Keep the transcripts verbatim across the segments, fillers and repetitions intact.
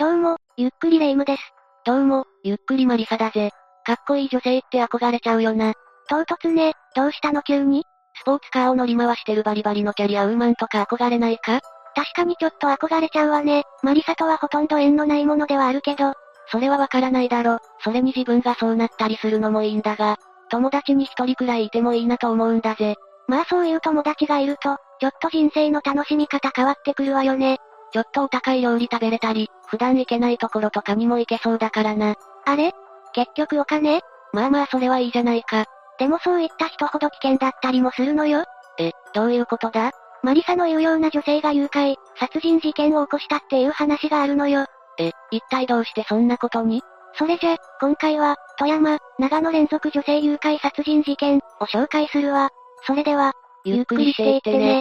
どうも、ゆっくりレ夢ムです。 どうも、ゆっくりマリサだぜ。かっこいい女性って憧れちゃうよな。 唐突ね、どうしたの急に？ スポーツカーを乗り回してるバリバリのキャリアウーマンとか憧れないか？ 確かにちょっと憧れちゃうわね。マリサとはほとんど縁のないものではあるけど。 それはわからないだろ。それに自分がそうなったりするのもいいんだが、友達に一人くらいいてもいいなと思うんだぜ。 まあそういう友達がいると、ちょっと人生の楽しみ方変わってくるわよね。 ちょっとお高い料理食べれたり、普段行けないところとかにも行けそうだからな。 あれ？結局お金？ まあまあそれはいいじゃないか。 でもそういった人ほど危険だったりもするのよ。 え、どういうことだ？ マリサの言うような女性が誘拐、殺人事件を起こしたっていう話があるのよ。 え、一体どうしてそんなことに？ それじゃ、今回は、富山、長野連続女性誘拐殺人事件を紹介するわ。それでは、 ゆっくりしていってね。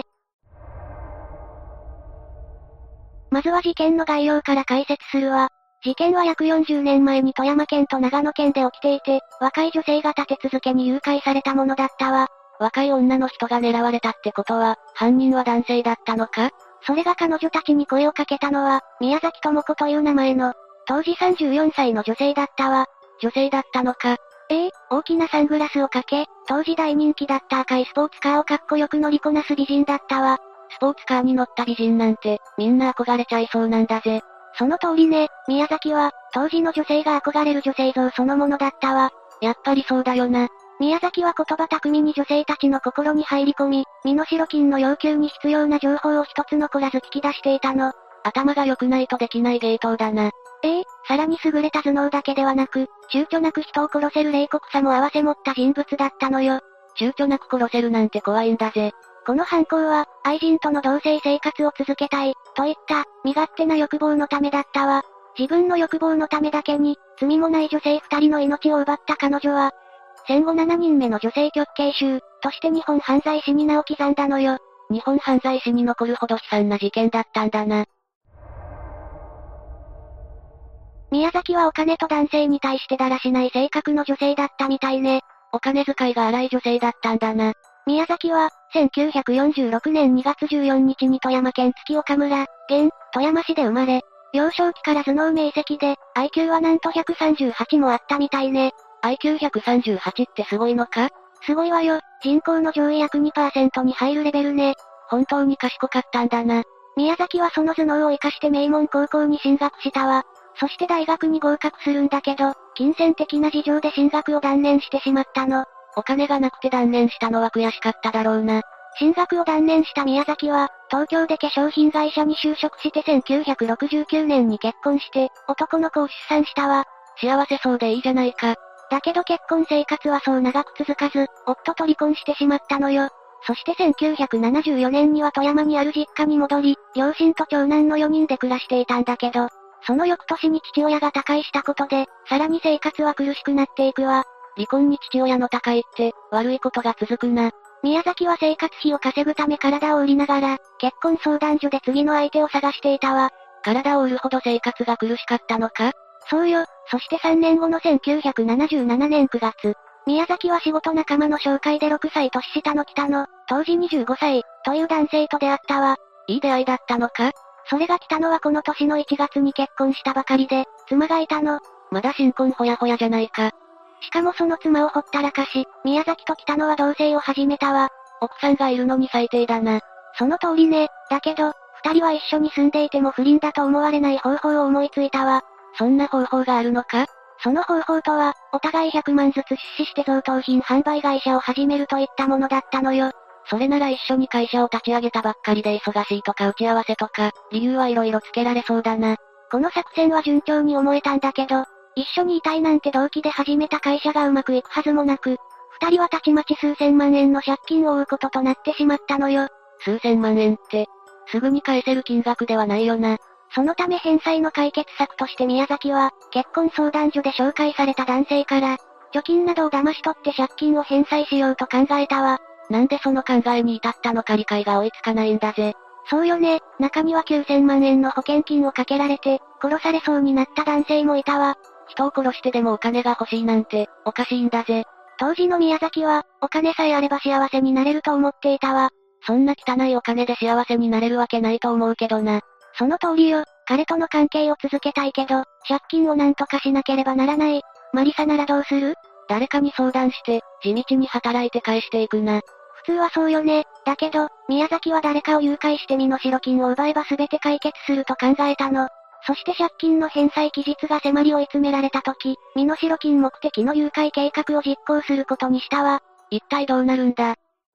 まずは事件の概要から解説するわ。事件は約よんじゅうねんまえに富山県と長野県で起きていて、若い女性が立て続けに誘拐されたものだったわ。 若い女の人が狙われたってことは、犯人は男性だったのか？ それが彼女たちに声をかけたのは、宮崎智子という名前の、当時さんじゅうよんさいの女性だったわ。 女性だったのか？ ええ、大きなサングラスをかけ、当時大人気だった赤いスポーツカーをかっこよく乗りこなす美人だったわ。 スポーツカーに乗った美人なんて、みんな憧れちゃいそうなんだぜ。 その通りね、宮崎は、当時の女性が憧れる女性像そのものだったわ。 やっぱりそうだよな。 宮崎は言葉巧みに女性たちの心に入り込み、身代金の要求に必要な情報を一つ残らず聞き出していたの。 頭が良くないとできない芸当だな。 ええ、さらに優れた頭脳だけではなく、躊躇なく人を殺せる冷酷さも併せ持った人物だったのよ。 躊躇なく殺せるなんて怖いんだぜ。 この犯行は、愛人との同棲生活を続けたい、といった、身勝手な欲望のためだったわ。自分の欲望のためだけに、罪もない女性二人の命を奪った彼女は、戦後ななにんめの女性極刑囚、として日本犯罪史に名を刻んだのよ。 日本犯罪史に残るほど悲惨な事件だったんだな。 宮崎はお金と男性に対してだらしない性格の女性だったみたいね。 お金遣いが荒い女性だったんだな。 宮崎は、せんきゅうひゃくよんじゅうろくねんにがつじゅうよっかに富山県月岡村、現、富山市で生まれ、幼少期から頭脳明晰で、アイキュー はなんとひゃくさんじゅうはちもあったみたいね。 アイキューひゃくさんじゅうはち ってすごいのか？ すごいわよ。人口の上位約 にパーセント に入るレベルね。 本当に賢かったんだな。 宮崎はその頭脳を活かして名門高校に進学したわ。そして大学に合格するんだけど、金銭的な事情で進学を断念してしまったの。 お金がなくて断念したのは悔しかっただろうな。 進学を断念した宮崎は、東京で化粧品会社に就職してせんきゅうひゃくろくじゅうきゅうねんに結婚して、男の子を出産したわ。 幸せそうでいいじゃないか。 だけど結婚生活はそう長く続かず、夫と離婚してしまったのよ。そしてせんきゅうひゃくななじゅうよねんには富山にある実家に戻り、両親と長男のよにんで暮らしていたんだけど、その翌年に父親が他界したことで、さらに生活は苦しくなっていくわ。 離婚に父親の他界って、悪いことが続くな。 宮崎は生活費を稼ぐため体を売りながら、結婚相談所で次の相手を探していたわ。 体を売るほど生活が苦しかったのか？ そうよ。そしてさんねんごのせんきゅうひゃくななじゅうななねんくがつ、宮崎は仕事仲間の紹介でろくさい年下の北野、当時にじゅうごさい、という男性と出会ったわ。 いい出会いだったのか？ それが北野はこの年のいちがつに結婚したばかりで、妻がいたの。 まだ新婚ほやほやじゃないか。 しかもその妻をほったらかし、宮崎と北野は同棲を始めたわ。 奥さんがいるのに最低だな。 その通りね。だけど、二人は一緒に住んでいても不倫だと思われない方法を思いついたわ。 そんな方法があるのか？ その方法とは、お互いひゃくまんずつ出資して贈答品販売会社を始めるといったものだったのよ。 それなら一緒に会社を立ち上げたばっかりで忙しいとか打ち合わせとか、理由はいろいろつけられそうだな。 この作戦は順調に思えたんだけど、一緒にいたいなんて動機で始めた会社がうまくいくはずもなく、二人はたちまち数千万円の借金を負うこととなってしまったのよ。 数千万円って、すぐに返せる金額ではないよな。 そのため返済の解決策として宮崎は、結婚相談所で紹介された男性から、貯金などを騙し取って借金を返済しようと考えたわ。 なんでその考えに至ったのか理解が追いつかないんだぜ。 そうよね。中にはきゅうせんまんえんの保険金をかけられて、殺されそうになった男性もいたわ。 人を殺してでもお金が欲しいなんて、おかしいんだぜ。 当時の宮崎は、お金さえあれば幸せになれると思っていたわ。 そんな汚いお金で幸せになれるわけないと思うけどな。 その通りよ。 彼との関係を続けたいけど、借金をなんとかしなければならない。マリサならどうする？ 誰かに相談して、地道に働いて返していくな。 普通はそうよね。だけど、宮崎は誰かを誘拐して身代金を奪えば全て解決すると考えたの。そして借金の返済期日が迫り追い詰められた時、身代金目的の誘拐計画を実行することにしたわ。 一体どうなるんだ？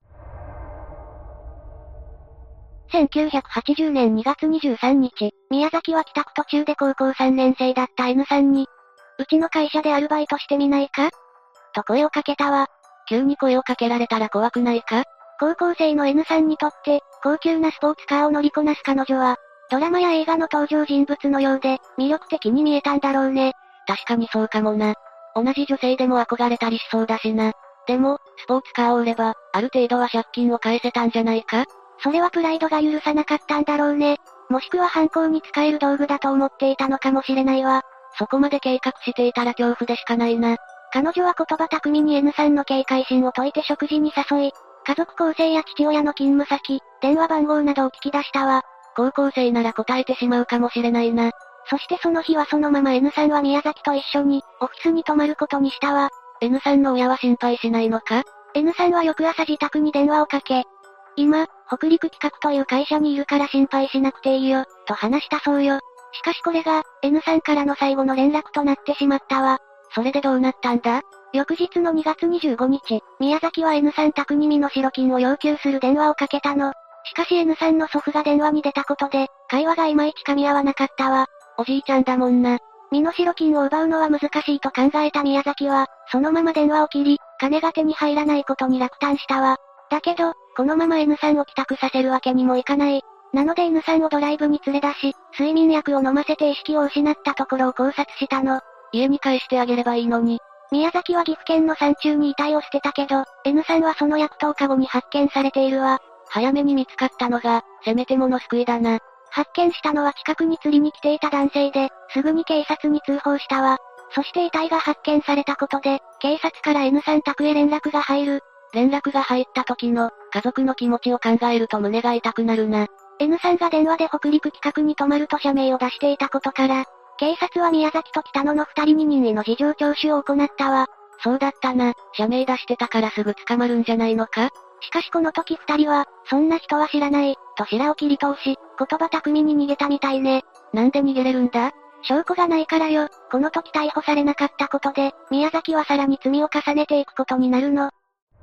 せんきゅうひゃくはちじゅうねんにがつにじゅうさんにち、宮崎は帰宅途中で高校さんねん生だった N さんに、うちの会社でアルバイトしてみないか？と声をかけたわ。 急に声をかけられたら怖くないか？ 高校生の N さんにとって、高級なスポーツカーを乗りこなす彼女は、ドラマや映画の登場人物のようで、魅力的に見えたんだろうね。 確かにそうかもな。同じ女性でも憧れたりしそうだしな。でも、スポーツカーを売れば、ある程度は借金を返せたんじゃないか？ それはプライドが許さなかったんだろうね。もしくは犯行に使える道具だと思っていたのかもしれないわ。 そこまで計画していたら恐怖でしかないな。 彼女は言葉巧みに N さんの警戒心を解いて食事に誘い、家族構成や父親の勤務先、電話番号などを聞き出したわ。 高校生なら答えてしまうかもしれないな。 そしてその日はそのまま N さんは宮崎と一緒に、オフィスに泊まることにしたわ。 N さんの親は心配しないのか？ N さんは翌朝自宅に電話をかけ、今、北陸企画という会社にいるから心配しなくていいよ、と話したそうよ。しかしこれが、N さんからの最後の連絡となってしまったわ。 それでどうなったんだ？ 翌日のにがつにじゅうごにち、宮崎は N さん宅に身代金を要求する電話をかけたの。しかし N さんの祖父が電話に出たことで、会話がいまいち噛み合わなかったわ。 おじいちゃんだもんな。 身代金を奪うのは難しいと考えた宮崎は、そのまま電話を切り、金が手に入らないことに落胆したわ。だけど、このまま N さんを帰宅させるわけにもいかない。なので N さんをドライブに連れ出し、睡眠薬を飲ませて意識を失ったところを考察したの。 家に帰してあげればいいのに。 宮崎は岐阜県の山中に遺体を捨てたけど、N さんはその約とおかごに発見されているわ。 早めに見つかったのが、せめてもの救いだな。 発見したのは近くに釣りに来ていた男性で、すぐに警察に通報したわ。そして遺体が発見されたことで、警察から N さん宅へ連絡が入る。 連絡が入った時の、家族の気持ちを考えると胸が痛くなるな。 N さんが電話で北陸企画に泊まると社名を出していたことから、警察は宮崎と北野の二人に任意の事情聴取を行ったわ。 そうだったな、社名出してたからすぐ捕まるんじゃないのか？ しかしこの時二人は、そんな人は知らない、と白を切り通し、言葉巧みに逃げたみたいね。 なんで逃げれるんだ？ 証拠がないからよ。この時逮捕されなかったことで、宮崎はさらに罪を重ねていくことになるの。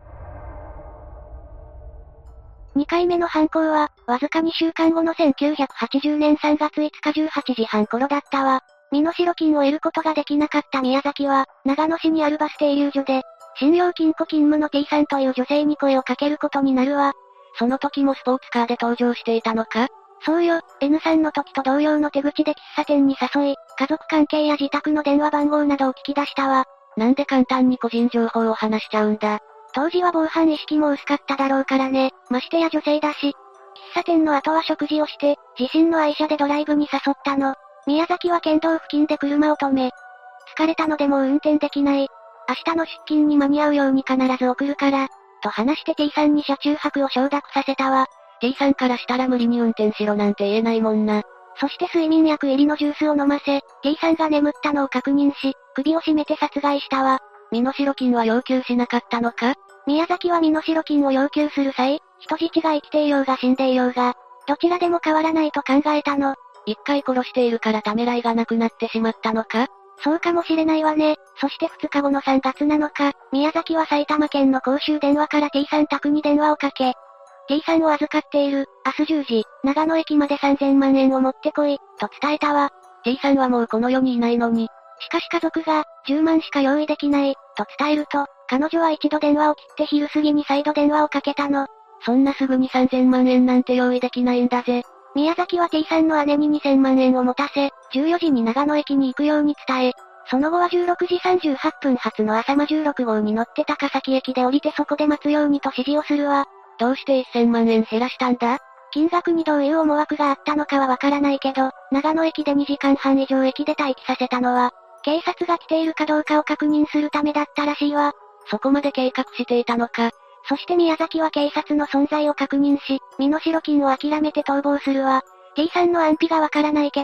にかいめの犯行は、わずかにしゅうかんごのせんきゅうひゃくはちじゅうねんさんがついつかじゅうはちじはん頃だったわ。身代金を得ることができなかった宮崎は、長野市にあるバス停留所で、信用金庫勤務の T さんという女性に声をかけることになるわ。 その時もスポーツカーで登場していたのか？ そうよ、N さんの時と同様の手口で喫茶店に誘い、家族関係や自宅の電話番号などを聞き出したわ。 なんで簡単に個人情報を話しちゃうんだ？ 当時は防犯意識も薄かっただろうからね、ましてや女性だし。喫茶店の後は食事をして、自身の愛車でドライブに誘ったの。宮崎は県道付近で車を止め、疲れたのでもう運転できない。明日の出勤に間に合うように必ず送るから、と話して T さんに車中泊を承諾させたわ。 T さんからしたら無理に運転しろなんて言えないもんな。 そして睡眠薬入りのジュースを飲ませ、T さんが眠ったのを確認し、首を絞めて殺害したわ。 身代金は要求しなかったのか？ 宮崎は身代金を要求する際、人質が生きていようが死んでいようが、どちらでも変わらないと考えたの。 一回殺しているからためらいがなくなってしまったのか？ そうかもしれないわね。そしてふつかごのさんがつなのか、宮崎は埼玉県の公衆電話から T さん宅に電話をかけ、T さんを預かっている、明日じゅうじ、長野駅までさんぜんまんえんを持ってこい、と伝えたわ。 T さんはもうこの世にいないのに。 しかし家族が、じゅうまんしか用意できない、と伝えると、彼女は一度電話を切って昼過ぎに再度電話をかけたの。 そんなすぐにさんぜんまんえんなんて用意できないんだぜ。 宮崎は T さんの姉ににせんまんえんを持たせ、じゅうよじに長野駅に行くように伝え、その後はじゅうろくじさんじゅうはっぷん発の朝間じゅうろくごうに乗って高崎駅で降りてそこで待つようにと指示をするわ。 どうしてせんまんえん減らしたんだ？ 金額にどういう思惑があったのかはわからないけど、長野駅でにじかんはん以上駅で待機させたのは、警察が来ているかどうかを確認するためだったらしいわ。 そこまで計画していたのか。 そして宮崎は警察の存在を確認し、身代金を諦めて逃亡するわ。T さんの安否がわからないけど、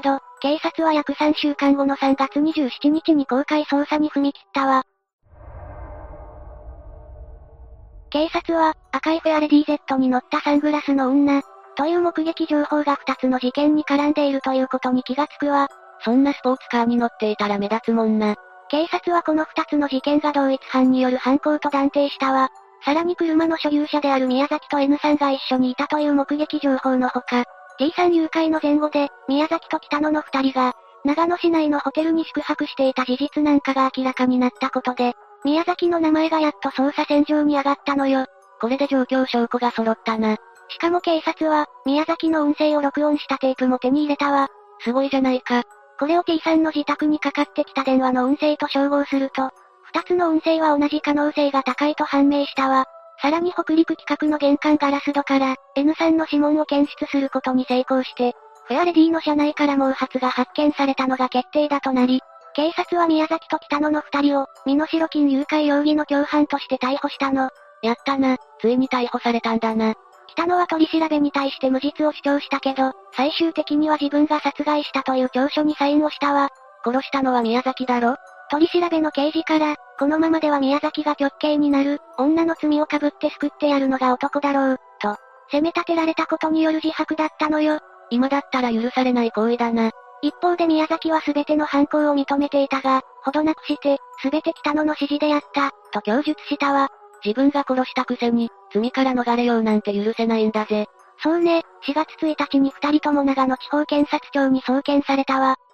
警察は約さんしゅうかんごのさんがつにじゅうしちにちに公開捜査に踏み切ったわ。警察は、赤いフェアレディ Z に乗ったサングラスの女、という目撃情報がふたつの事件に絡んでいるということに気がつくわ。 そんなスポーツカーに乗っていたら目立つもんな。 警察はこのふたつの事件が同一犯による犯行と断定したわ。さらに車の所有者である宮崎と N さんが一緒にいたという目撃情報のほか、T さん誘拐の前後で、宮崎と北野の二人が、長野市内のホテルに宿泊していた事実なんかが明らかになったことで、宮崎の名前がやっと捜査線上に上がったのよ。 これで状況証拠が揃ったな。 しかも警察は、宮崎の音声を録音したテープも手に入れたわ。 すごいじゃないか。 これを T さんの自宅にかかってきた電話の音声と照合すると、二つの音声は同じ可能性が高いと判明したわ。さらに北陸企画の玄関ガラス戸から、N さんの指紋を検出することに成功して、フェアレディの車内から毛髪が発見されたのが決定打となり、警察は宮崎と北野の二人を、身代金誘拐容疑の共犯として逮捕したの。 やったな、ついに逮捕されたんだな。 北野は取り調べに対して無実を主張したけど、最終的には自分が殺害したという調書にサインをしたわ。 殺したのは宮崎だろ？ 取り調べの刑事から、このままでは宮崎が極刑になる、女の罪を被って救ってやるのが男だろう、と、責め立てられたことによる自白だったのよ。 今だったら許されない行為だな。 一方で宮崎は全ての犯行を認めていたが、ほどなくして、全て北野の指示でやった、と供述したわ。 自分が殺したくせに、罪から逃れようなんて許せないんだぜ。 そうね、しがつついたちに二人とも長野地方検察庁に送検されたわ。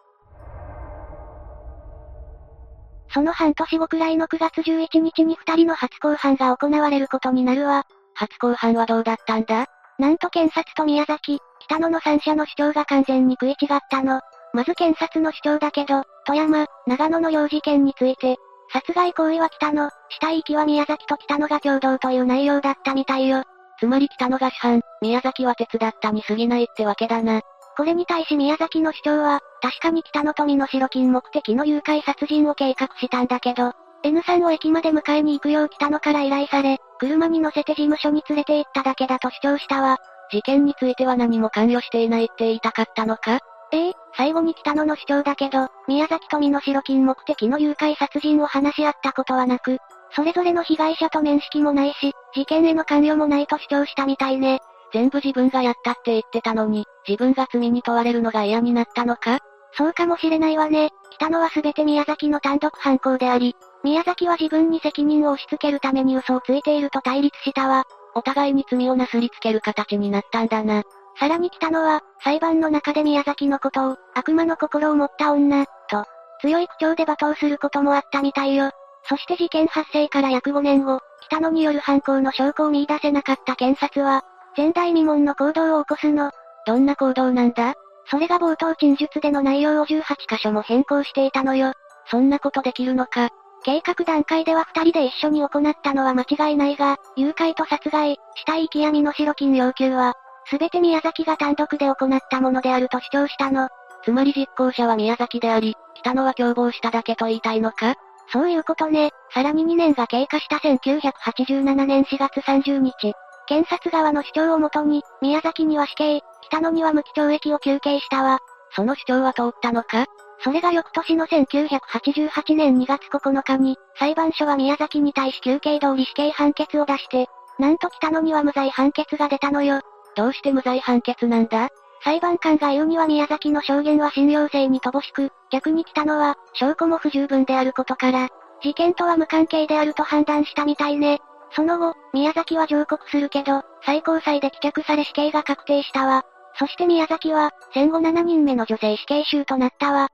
その半年後くらいのくがつじゅういちにちに二人の初公判が行われることになるわ。 初公判はどうだったんだ？ なんと検察と宮崎、北野の三者の主張が完全に食い違ったの。まず検察の主張だけど、富山、長野の両事件について、殺害行為は北野、死体遺棄は宮崎と北野が共同という内容だったみたいよ。 つまり北野が主犯、宮崎は手伝ったに過ぎないってわけだな。 これに対し宮崎の主張は、確かに北野と身代金目的の誘拐殺人を計画したんだけど、N さんを駅まで迎えに行くよう北野から依頼され、車に乗せて事務所に連れて行っただけだと主張したわ。 事件については何も関与していないって言いたかったのか？ ええ、最後に北野の主張だけど、宮崎と身代金目的の誘拐殺人を話し合ったことはなく、それぞれの被害者と面識もないし、事件への関与もないと主張したみたいね。 全部自分がやったって言ってたのに、自分が罪に問われるのが嫌になったのか？ そうかもしれないわね。北野は全て宮崎の単独犯行であり、宮崎は自分に責任を押し付けるために嘘をついていると対立したわ。 お互いに罪をなすりつける形になったんだな。 さらに北野は、裁判の中で宮崎のことを、悪魔の心を持った女、と、強い口調で罵倒することもあったみたいよ。そして事件発生から約ごねんご、北野による犯行の証拠を見出せなかった検察は、前代未聞の行動を起こすの。 どんな行動なんだ？ それが冒頭陳述での内容をじゅうはちかしょも変更していたのよ。 そんなことできるのか？ 計画段階では二人で一緒に行ったのは間違いないが、誘拐と殺害、死体遺棄や身代金要求は、すべて宮崎が単独で行ったものであると主張したの。 つまり実行者は宮崎であり、北野は共謀しただけと言いたいのか？ そういうことね。さらににねんが経過したせんきゅうひゃくはちじゅうななねんしがつさんじゅうにち、検察側の主張をもとに、宮崎には死刑、北野には無期懲役を求刑したわ。 その主張は通ったのか？ それが翌年のせんきゅうひゃくはちじゅうはちねんにがつここのかに、裁判所は宮崎に対し求刑通り死刑判決を出して、なんと北野には無罪判決が出たのよ。 どうして無罪判決なんだ？ 裁判官が言うには宮崎の証言は信用性に乏しく、逆に北野は、証拠も不十分であることから、事件とは無関係であると判断したみたいね。その後、宮崎は上告するけど、最高裁で棄却され死刑が確定したわ。そして宮崎は、戦後ななにんめの女性死刑囚となったわ。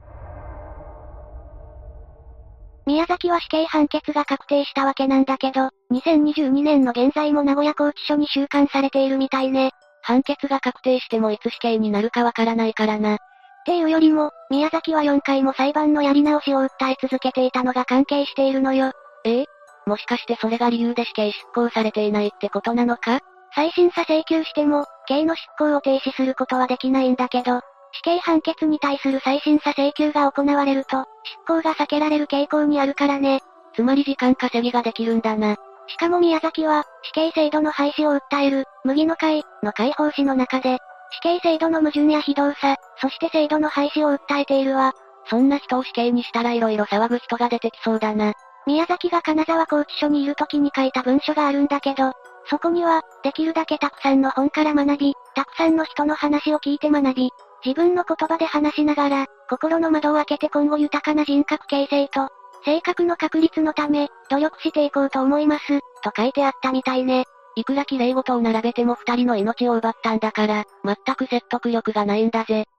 宮崎は死刑判決が確定したわけなんだけど、にせんにじゅうにねんの現在も名古屋拘置所に収監されているみたいね。 判決が確定してもいつ死刑になるかわからないからな。 っていうよりも、宮崎はよんかいも裁判のやり直しを訴え続けていたのが関係しているのよ。 ええ？もしかしてそれが理由で死刑執行されていないってことなのか？ 再審査請求しても、刑の執行を停止することはできないんだけど、死刑判決に対する再審査請求が行われると、執行が避けられる傾向にあるからね。 つまり時間稼ぎができるんだな。 しかも宮崎は、死刑制度の廃止を訴える、麦の会の会報誌の中で、 死刑制度の矛盾や非道さ、そして制度の廃止を訴えているわ。 そんな人を死刑にしたら色々騒ぐ人が出てきそうだな。 宮崎が金沢拘置所にいる時に書いた文書があるんだけど、そこには、できるだけたくさんの本から学び、たくさんの人の話を聞いて学び、自分の言葉で話しながら、心の窓を開けて今後豊かな人格形成と、性格の確立のため、努力していこうと思います、と書いてあったみたいね。 いくら綺麗事を並べても二人の命を奪ったんだから、全く説得力がないんだぜ。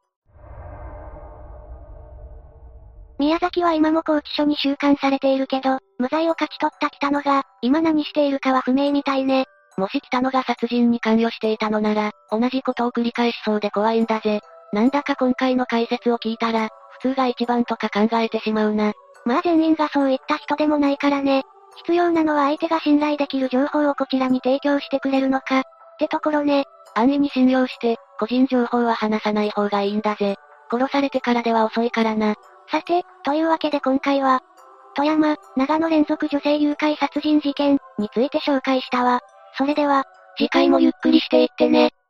宮崎は今も拘置所に収監されているけど、無罪を勝ち取った北野が、今何しているかは不明みたいね。 もし北野が殺人に関与していたのなら、同じことを繰り返しそうで怖いんだぜ。なんだか今回の解説を聞いたら、普通が一番とか考えてしまうな。 まあ全員がそういった人でもないからね。必要なのは相手が信頼できる情報をこちらに提供してくれるのか、ってところね。 安易に信用して、個人情報は話さない方がいいんだぜ。殺されてからでは遅いからな。 さて、というわけで今回は、富山、長野連続女性誘拐殺人事件について紹介したわ。それでは、 次回もゆっくりしていってね。